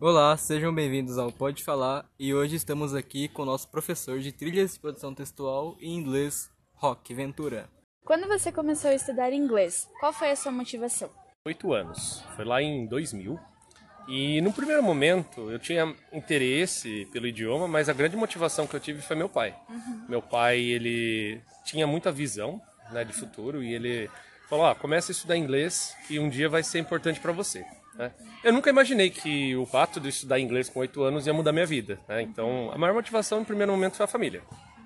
Olá, sejam bem-vindos ao Pode Falar e hoje estamos aqui com o nosso professor de trilhas de produção textual em inglês, Roque Ventura. Quando você começou a estudar inglês, qual foi a sua motivação? 8 anos, foi lá em 2000 e no primeiro momento eu tinha interesse pelo idioma, mas a grande motivação que eu tive foi meu pai. Meu pai, ele tinha muita visão, né, de futuro e ele falou, começa a estudar inglês que um dia vai ser importante para você. Né? Eu nunca imaginei que o fato de estudar inglês com 8 anos ia mudar minha vida. Né? Então a maior motivação no primeiro momento foi a família.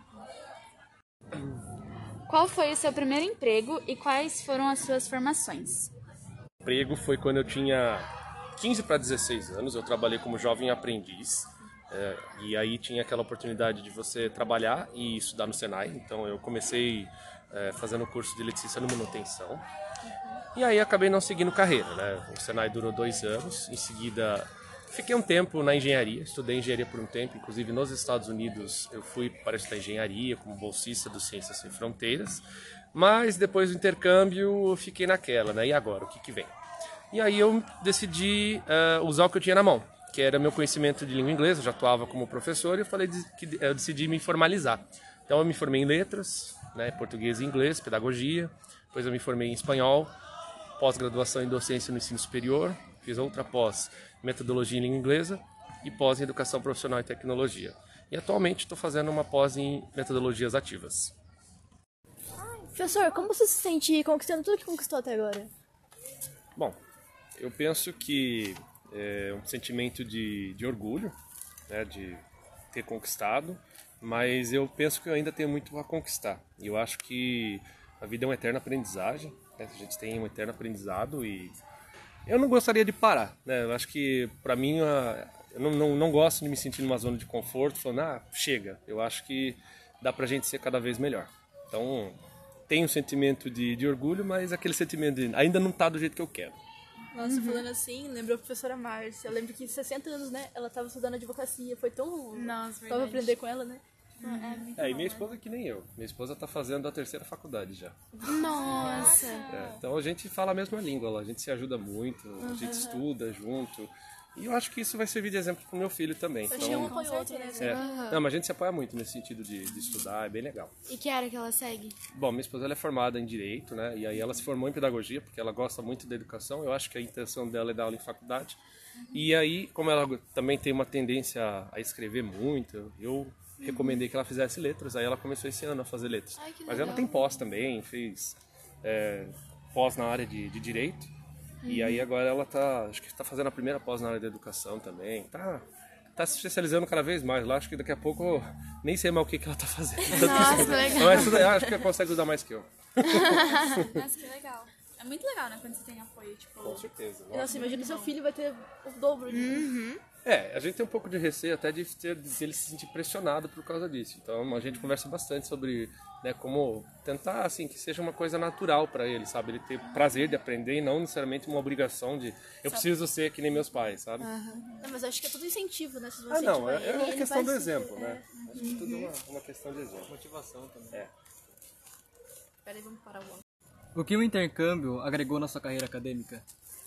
Qual foi o seu primeiro emprego e quais foram as suas formações? O emprego foi quando eu tinha 15 para 16 anos, eu trabalhei como jovem aprendiz, e aí tinha aquela oportunidade de você trabalhar e estudar no Senai, então eu comecei fazendo o curso de eletricista no manutenção, e aí acabei não seguindo carreira, né? O Senai durou 2 anos, em seguida fiquei um tempo na engenharia, estudei engenharia por um tempo, inclusive nos Estados Unidos eu fui para estudar engenharia como bolsista do Ciências Sem Fronteiras, mas depois do intercâmbio eu fiquei naquela, né? E agora, o que vem? E aí eu decidi usar o que eu tinha na mão, que era meu conhecimento de língua inglesa, eu já atuava como professor e eu decidi me formalizar. Então eu me formei em letras, né, português e inglês, pedagogia, depois eu me formei em espanhol, pós-graduação em docência no ensino superior, fiz outra pós metodologia em língua inglesa e pós em educação profissional e tecnologia. E atualmente estou fazendo uma pós em metodologias ativas. Professor, como você se sente conquistando tudo que conquistou até agora? Bom, eu penso que é um sentimento de orgulho, né, de ter conquistado, mas eu penso que eu ainda tenho muito a conquistar. E eu acho que a vida é uma eterna aprendizagem, né? A gente tem um eterno aprendizado e eu não gostaria de parar. Né? Eu acho que, para mim, eu não gosto de me sentir numa zona de conforto, falando, chega. Eu acho que dá pra gente ser cada vez melhor. Então, tem um sentimento de orgulho, mas aquele sentimento de ainda não tá do jeito que eu quero. Nossa, falando assim, lembrou a professora Márcia. Eu lembro que 60 anos, né? Ela tava estudando advocacia. Foi tão... Nossa, Tava aprender com ela, né? E minha esposa é que nem eu. Minha esposa tá fazendo a 3ª faculdade já. Nossa! Então a gente fala a mesma língua, a gente se ajuda muito, a gente estuda junto. E eu acho que isso vai servir de exemplo pro meu filho também. Acho que um apoia o outro, né? Não, mas a gente se apoia muito nesse sentido de estudar, é bem legal. E que área que ela segue? Bom, minha esposa ela é formada em Direito, né? E aí ela se formou em Pedagogia, porque ela gosta muito da educação. Eu acho que a intenção dela é dar aula em faculdade. E aí, como ela também tem uma tendência a escrever muito, eu recomendei que ela fizesse letras. Aí ela começou esse ano a fazer letras. Ai, que mas legal. ela tem pós também, fez pós na área de Direito. E aí agora ela acho que está fazendo a primeira pós na área da educação também. Tá se especializando cada vez mais lá. Acho que daqui a pouco eu nem sei mais o que ela tá fazendo. Nossa, que legal. Mas acho que ela consegue usar mais que eu. Nossa, que legal. É muito legal, né, quando você tem apoio, tipo... Com certeza. Nossa, imagina seu filho vai ter o dobro de... A gente tem um pouco de receio até de ele se sentir pressionado por causa disso. Então a gente conversa bastante sobre, né, como tentar assim que seja uma coisa natural para ele, sabe? Ele ter prazer de aprender e não necessariamente uma obrigação de eu preciso ser que nem meus pais, sabe? Não, mas acho que é tudo incentivo, né? Vocês vão Não, incentivar ele, é uma ele questão vai do se- exemplo, né? Acho que tudo é uma questão de exemplo. Motivação também. Peraí, vamos parar o áudio. O que o intercâmbio agregou na sua carreira acadêmica?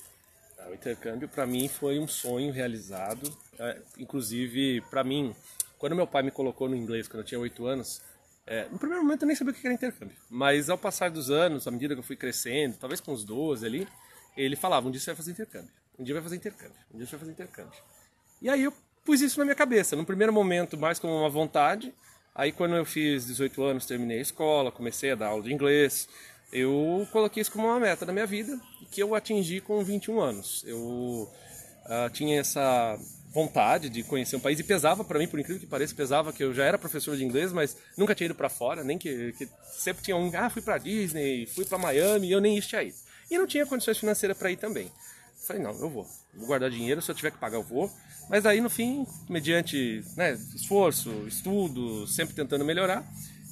O intercâmbio para mim foi um sonho realizado. Inclusive, para mim, quando meu pai me colocou no inglês quando eu tinha 8 anos, no primeiro momento eu nem sabia o que era intercâmbio. Mas ao passar dos anos, à medida que eu fui crescendo, talvez com uns 12 ali, ele falava, um dia você vai fazer intercâmbio, um dia vai fazer intercâmbio, um dia você vai fazer intercâmbio. E aí eu pus isso na minha cabeça, no primeiro momento mais como uma vontade. Aí quando eu fiz 18 anos, terminei a escola, comecei a dar aula de inglês, eu coloquei isso como uma meta da minha vida, que eu atingi com 21 anos. Eu tinha essa vontade de conhecer um país e pesava para mim, por incrível que pareça, pesava que eu já era professor de inglês, mas nunca tinha ido para fora, nem que sempre tinha fui para Disney, fui para Miami, e eu nem tinha ido. E não tinha condições financeiras para ir também. Falei, não, eu vou guardar dinheiro, se eu tiver que pagar eu vou. Mas aí no fim, mediante, né, esforço, estudo, sempre tentando melhorar,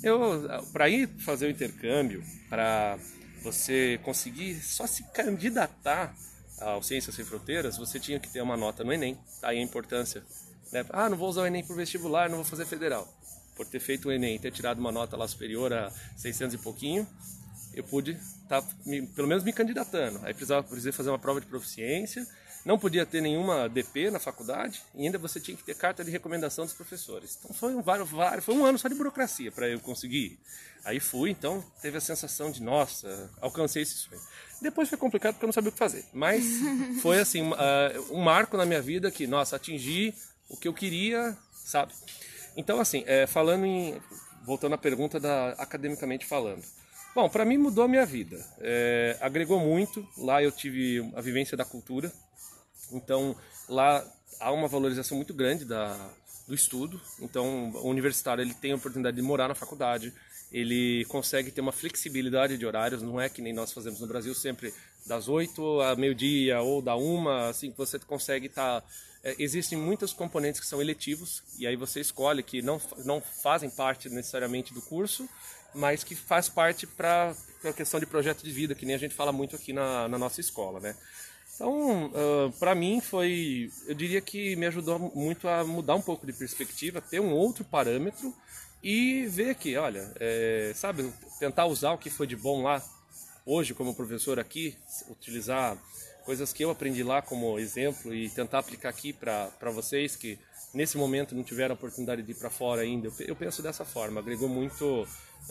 para ir fazer o intercâmbio, para você conseguir só se candidatar ao Ciências Sem Fronteiras, você tinha que ter uma nota no Enem. Tá aí a importância. Né? Não vou usar o Enem por vestibular, não vou fazer federal. Por ter feito o Enem e ter tirado uma nota lá superior a 600 e pouquinho, eu pude estar, pelo menos, me candidatando. Aí precisei fazer uma prova de proficiência, não podia ter nenhuma DP na faculdade e ainda você tinha que ter carta de recomendação dos professores. Então foi um ano só de burocracia para eu conseguir ir. Aí fui, então teve a sensação de, nossa, alcancei esse sonho. Depois foi complicado porque eu não sabia o que fazer, mas foi assim, um marco na minha vida que, nossa, atingi o que eu queria, sabe? Então assim, voltando à pergunta academicamente falando. Bom, para mim mudou a minha vida, agregou muito, lá eu tive a vivência da cultura, então lá há uma valorização muito grande do estudo, então o universitário ele tem a oportunidade de morar na faculdade, ele consegue ter uma flexibilidade de horários, não é que nem nós fazemos no Brasil, sempre das 8 a meio-dia ou da 1, assim, você consegue estar... existem muitos componentes que são eletivos, e aí você escolhe que não fazem parte necessariamente do curso, mas que faz parte para a questão de projeto de vida, que nem a gente fala muito aqui na nossa escola, né? Então, para mim eu diria que me ajudou muito a mudar um pouco de perspectiva, ter um outro parâmetro e ver que, olha, sabe, tentar usar o que foi de bom lá, hoje como professor aqui, utilizar coisas que eu aprendi lá como exemplo e tentar aplicar aqui para vocês que nesse momento não tiveram a oportunidade de ir para fora ainda. Eu penso dessa forma, agregou muito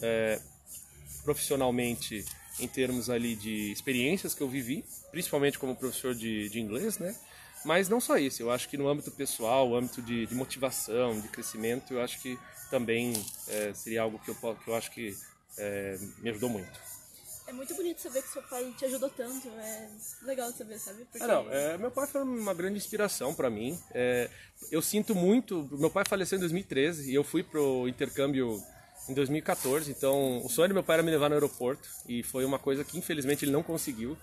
profissionalmente em termos ali de experiências que eu vivi, principalmente como professor de inglês, né? Mas não só isso, eu acho que no âmbito pessoal, âmbito de motivação, de crescimento, eu acho que também seria algo que eu acho que me ajudou muito. É muito bonito saber que seu pai te ajudou tanto, é legal de saber, sabe? Porque... meu pai foi uma grande inspiração para mim. Eu sinto muito, meu pai faleceu em 2013 e eu fui pro intercâmbio em 2014, então o sonho do meu pai era me levar no aeroporto e foi uma coisa que infelizmente ele não conseguiu.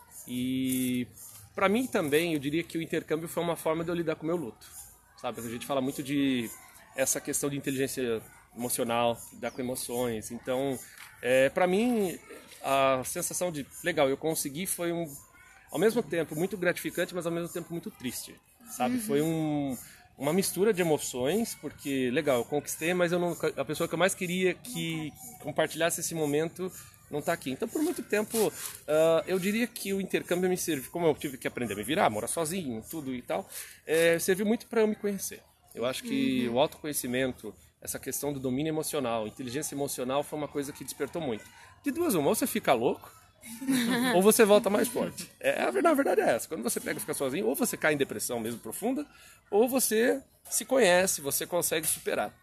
E para mim também, eu diria que o intercâmbio foi uma forma de eu lidar com o meu luto, sabe? A gente fala muito de essa questão de inteligência emocional, lidar com emoções, então para mim a sensação de, legal, eu consegui foi ao mesmo tempo muito gratificante, mas ao mesmo tempo muito triste, sabe? Foi uma mistura de emoções, porque, legal, eu conquistei, mas a pessoa que eu mais queria que compartilhasse esse momento não está aqui. Então, por muito tempo, eu diria que o intercâmbio me serviu, como eu tive que aprender a me virar, morar sozinho, tudo e tal, serviu muito para eu me conhecer. Eu acho que o autoconhecimento, essa questão do domínio emocional, inteligência emocional foi uma coisa que despertou muito. De duas uma, ou você fica louco, ou você volta mais forte. A verdade é essa. Quando você pega e fica sozinho, ou você cai em depressão mesmo profunda, ou você se conhece, você consegue superar.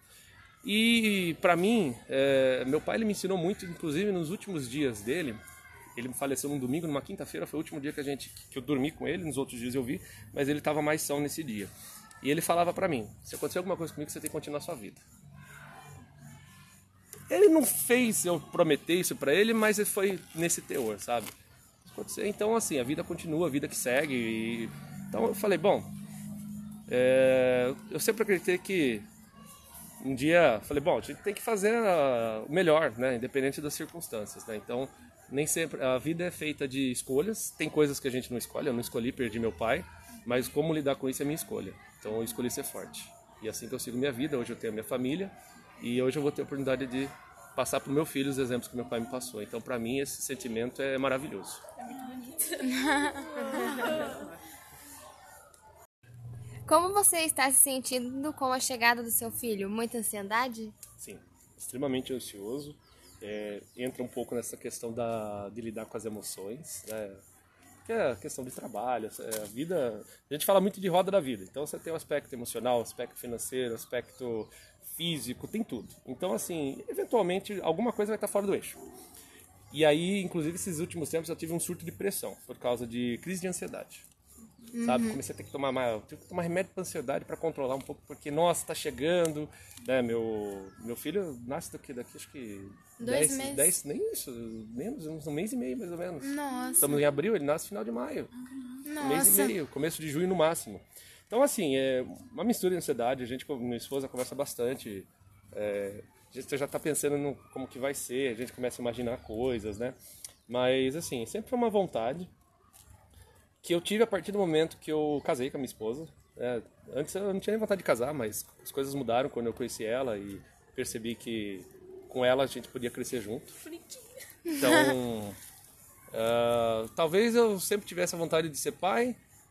E para mim, meu pai ele me ensinou muito, inclusive nos últimos dias dele. Ele faleceu num domingo, numa quinta-feira, foi o último dia que eu dormi com ele, nos outros dias eu vi, mas ele estava mais são nesse dia. E ele falava para mim, se acontecer alguma coisa comigo, você tem que continuar a sua vida. Ele não fez eu prometer isso para ele, mas foi nesse teor, sabe? Então, assim, a vida continua, a vida que segue. Então eu falei, bom, eu sempre acreditei que um dia, falei, bom, a gente tem que fazer o melhor, né? Independente das circunstâncias, né? Então, nem sempre, a vida é feita de escolhas, tem coisas que a gente não escolhe, eu não escolhi, perdi meu pai, mas como lidar com isso é minha escolha. Então eu escolhi ser forte. E assim que eu sigo minha vida, hoje eu tenho a minha família, e hoje eu vou ter a oportunidade de passar para o meu filho os exemplos que meu pai me passou. Então, para mim, esse sentimento é maravilhoso. É muito bonito. Como você está se sentindo com a chegada do seu filho? Muita ansiedade? Sim, extremamente ansioso. Entra um pouco nessa questão de lidar com as emoções, né? Que é a questão de trabalho, a vida... A gente fala muito de roda da vida. Então, você tem o aspecto emocional, o aspecto financeiro, o aspecto físico, tem tudo. Então, assim, eventualmente, alguma coisa vai estar fora do eixo. E aí, inclusive, esses últimos tempos eu tive um surto de pressão por causa de crise de ansiedade. Sabe? Comecei a ter que tomar remédio para ansiedade para controlar um pouco, porque, nossa, tá chegando, né? Meu filho nasce daqui acho que 2 meses. 10, nem isso, menos, um mês e meio, mais ou menos. Nossa. Estamos em abril, ele nasce no final de maio. Nossa. Um mês e meio, começo de junho no máximo. Então, assim, é uma mistura de ansiedade, a gente com minha esposa conversa bastante, a gente já está pensando como que vai ser, a gente começa a imaginar coisas, né? Mas, assim, sempre foi uma vontade que eu tive a partir do momento que eu casei com a minha esposa. Antes eu não tinha nem vontade de casar, mas as coisas mudaram quando eu conheci ela e percebi que com ela a gente podia crescer junto. Então, talvez eu sempre tivesse a vontade de ser pai,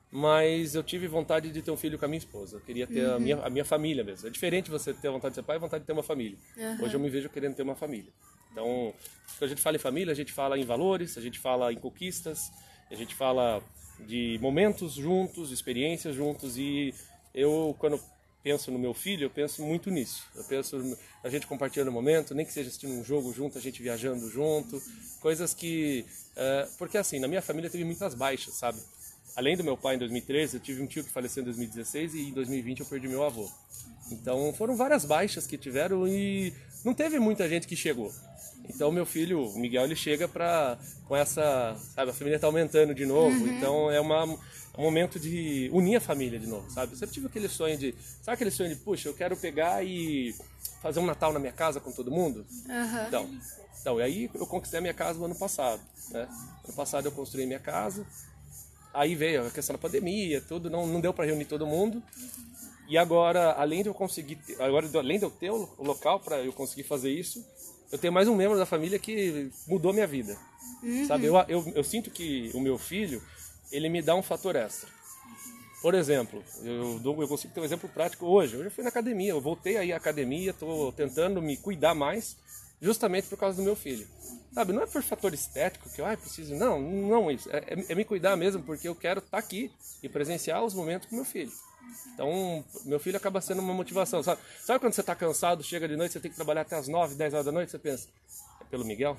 mas eu tive vontade de ter um filho com a minha esposa. Eu queria ter a minha família mesmo. É diferente você ter vontade de ser pai e vontade de ter uma família. Hoje eu me vejo querendo ter uma família. Então, quando a gente fala em família, a gente fala em valores, a gente fala em conquistas, a gente fala de momentos juntos, experiências juntos. E eu, quando penso no meu filho, eu penso muito nisso. Eu penso a gente compartilhando o momento, nem que seja assistindo um jogo junto, a gente viajando junto. Coisas que... porque assim, na minha família teve muitas baixas, sabe? Além do meu pai em 2013, eu tive um tio que faleceu em 2016 e em 2020 eu perdi meu avô. Então foram várias baixas que tiveram e não teve muita gente que chegou. Então meu filho, o Miguel, ele chega com essa, sabe, a família tá aumentando de novo, então é um momento de unir a família de novo, sabe? Eu sempre tive aquele sonho sabe aquele sonho de, puxa, eu quero pegar e fazer um Natal na minha casa com todo mundo? Então, e aí eu conquistei a minha casa no ano passado, né? Ano passado eu construí minha casa, aí veio a questão da pandemia, tudo, não deu para reunir todo mundo. E agora, além de eu ter o local para eu conseguir fazer isso, eu tenho mais um membro da família que mudou minha vida. Sabe, eu sinto que o meu filho, ele me dá um fator extra. Por exemplo, eu consigo ter um exemplo prático hoje. Hoje eu fui na academia, eu voltei aí à academia, estou tentando me cuidar mais, justamente por causa do meu filho. Sabe, não é por fator estético que eu preciso, não isso. É me cuidar mesmo, porque eu quero estar aqui e presenciar os momentos com meu filho. Então, meu filho acaba sendo uma motivação. Sabe quando você está cansado, chega de noite, você tem que trabalhar até as 9, 10 horas da noite, você pensa, é pelo Miguel?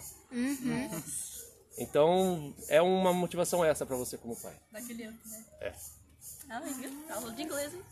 Então, é uma motivação essa para você como pai. Daquele ano, né? É. Aula de inglês, hein?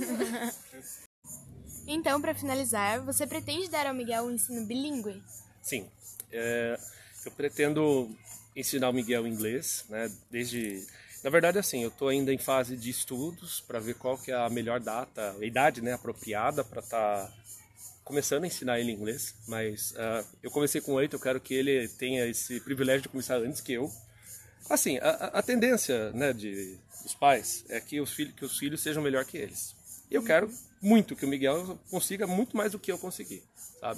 Então, para finalizar, você pretende dar ao Miguel um ensino bilíngue? Sim. Eu pretendo ensinar o Miguel inglês, né? Na verdade, assim, eu estou ainda em fase de estudos para ver qual que é a melhor idade, né, apropriada para estar começando a ensinar ele inglês. Mas eu comecei com 8, eu quero que ele tenha esse privilégio de começar antes que eu. Assim, a tendência, né, dos pais é que os filhos sejam melhor que eles. E eu quero muito que o Miguel consiga muito mais do que eu consegui, sabe?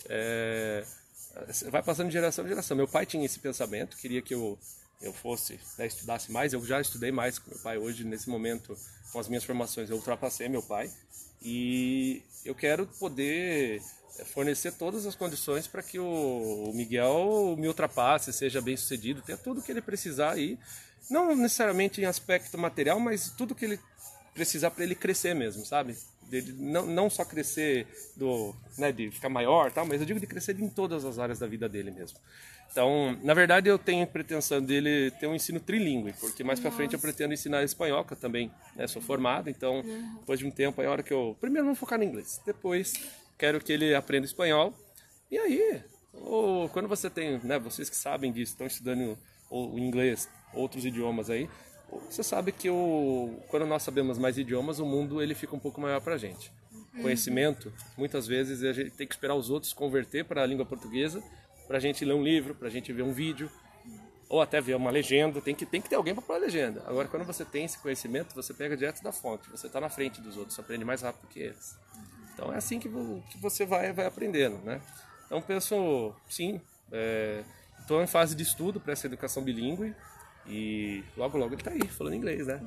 Vai passando de geração em geração. Meu pai tinha esse pensamento, queria que eu fosse, né, estudasse mais. Eu já estudei mais com meu pai. Hoje, nesse momento, com as minhas formações, eu ultrapassei meu pai. E eu quero poder fornecer todas as condições para que o Miguel me ultrapasse, seja bem sucedido, tenha tudo que ele precisar aí. Não necessariamente em aspecto material, mas tudo que ele precisar para ele crescer mesmo, sabe? Não só crescer de ficar maior, tal, mas eu digo de crescer em todas as áreas da vida dele mesmo. Então, na verdade, eu tenho pretensão dele ter um ensino trilingüe, porque mais para frente eu pretendo ensinar espanhol, que eu também, né, sou formado. Então, depois de um tempo, é a hora que eu... Primeiro, vou focar no inglês. Depois, quero que ele aprenda espanhol. E aí, quando você tem... né, vocês que sabem disso, estão estudando o inglês, outros idiomas aí, você sabe que quando nós sabemos mais idiomas, o mundo ele fica um pouco maior para a gente. Conhecimento, muitas vezes a gente tem que esperar os outros converter para a língua portuguesa, para a gente ler um livro, para a gente ver um vídeo, ou até ver uma legenda. Tem que ter alguém para pôr a legenda. Agora, quando você tem esse conhecimento, você pega direto da fonte, você está na frente dos outros, você aprende mais rápido que eles. Então é assim que você vai aprendendo, né? Então penso, sim, estou em fase de estudo para essa educação bilíngue e logo ele está aí, falando inglês, né?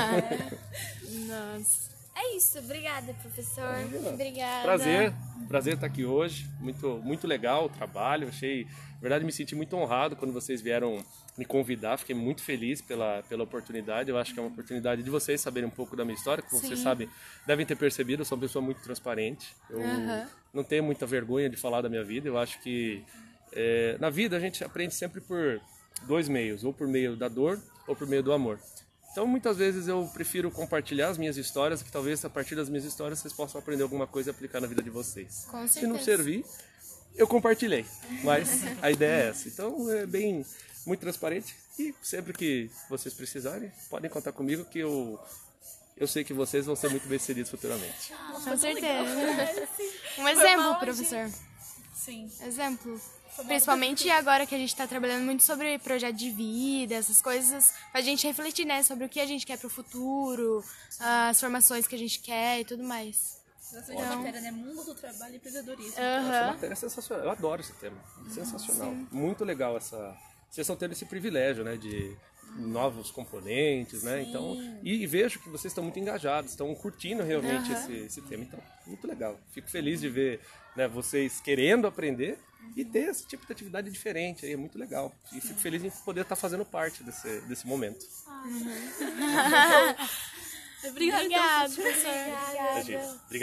Nossa. É isso, obrigada, professor. Obrigada. Prazer estar aqui hoje. Muito legal o trabalho. Na verdade, me senti muito honrado quando vocês vieram me convidar. Fiquei muito feliz pela oportunidade. Eu acho que é uma oportunidade de vocês saberem um pouco da minha história. Como vocês sabem, devem ter percebido, eu sou uma pessoa muito transparente. Eu não tenho muita vergonha de falar da minha vida. Eu acho que na vida a gente aprende sempre por dois meios, ou por meio da dor ou por meio do amor. Então, muitas vezes eu prefiro compartilhar as minhas histórias, que talvez a partir das minhas histórias vocês possam aprender alguma coisa e aplicar na vida de vocês. Com certeza. Se não servir, eu compartilhei, mas a ideia é essa. Então, muito transparente e sempre que vocês precisarem, podem contar comigo que eu sei que vocês vão ser muito bem-sucedidos futuramente. Com certeza. Um exemplo, professor. Sim. Exemplo. Principalmente agora que a gente está trabalhando muito sobre projeto de vida, essas coisas, pra gente refletir, né, sobre o que a gente quer pro futuro, as formações que a gente quer e tudo mais. Essa matéria, né? Mundo do trabalho e empreendedorismo. Essa matéria é sensacional. Eu adoro esse tema. Sensacional. Sim. Muito legal vocês estão tendo esse privilégio, né, de novos componentes, né? Então, e vejo que vocês estão muito engajados, estão curtindo realmente esse tema. Então, muito legal. Fico feliz de ver, né, vocês querendo aprender e ter esse tipo de atividade diferente. Aí é muito legal. E fico feliz em poder estar fazendo parte desse momento. Obrigada. Obrigada, professor. Obrigado.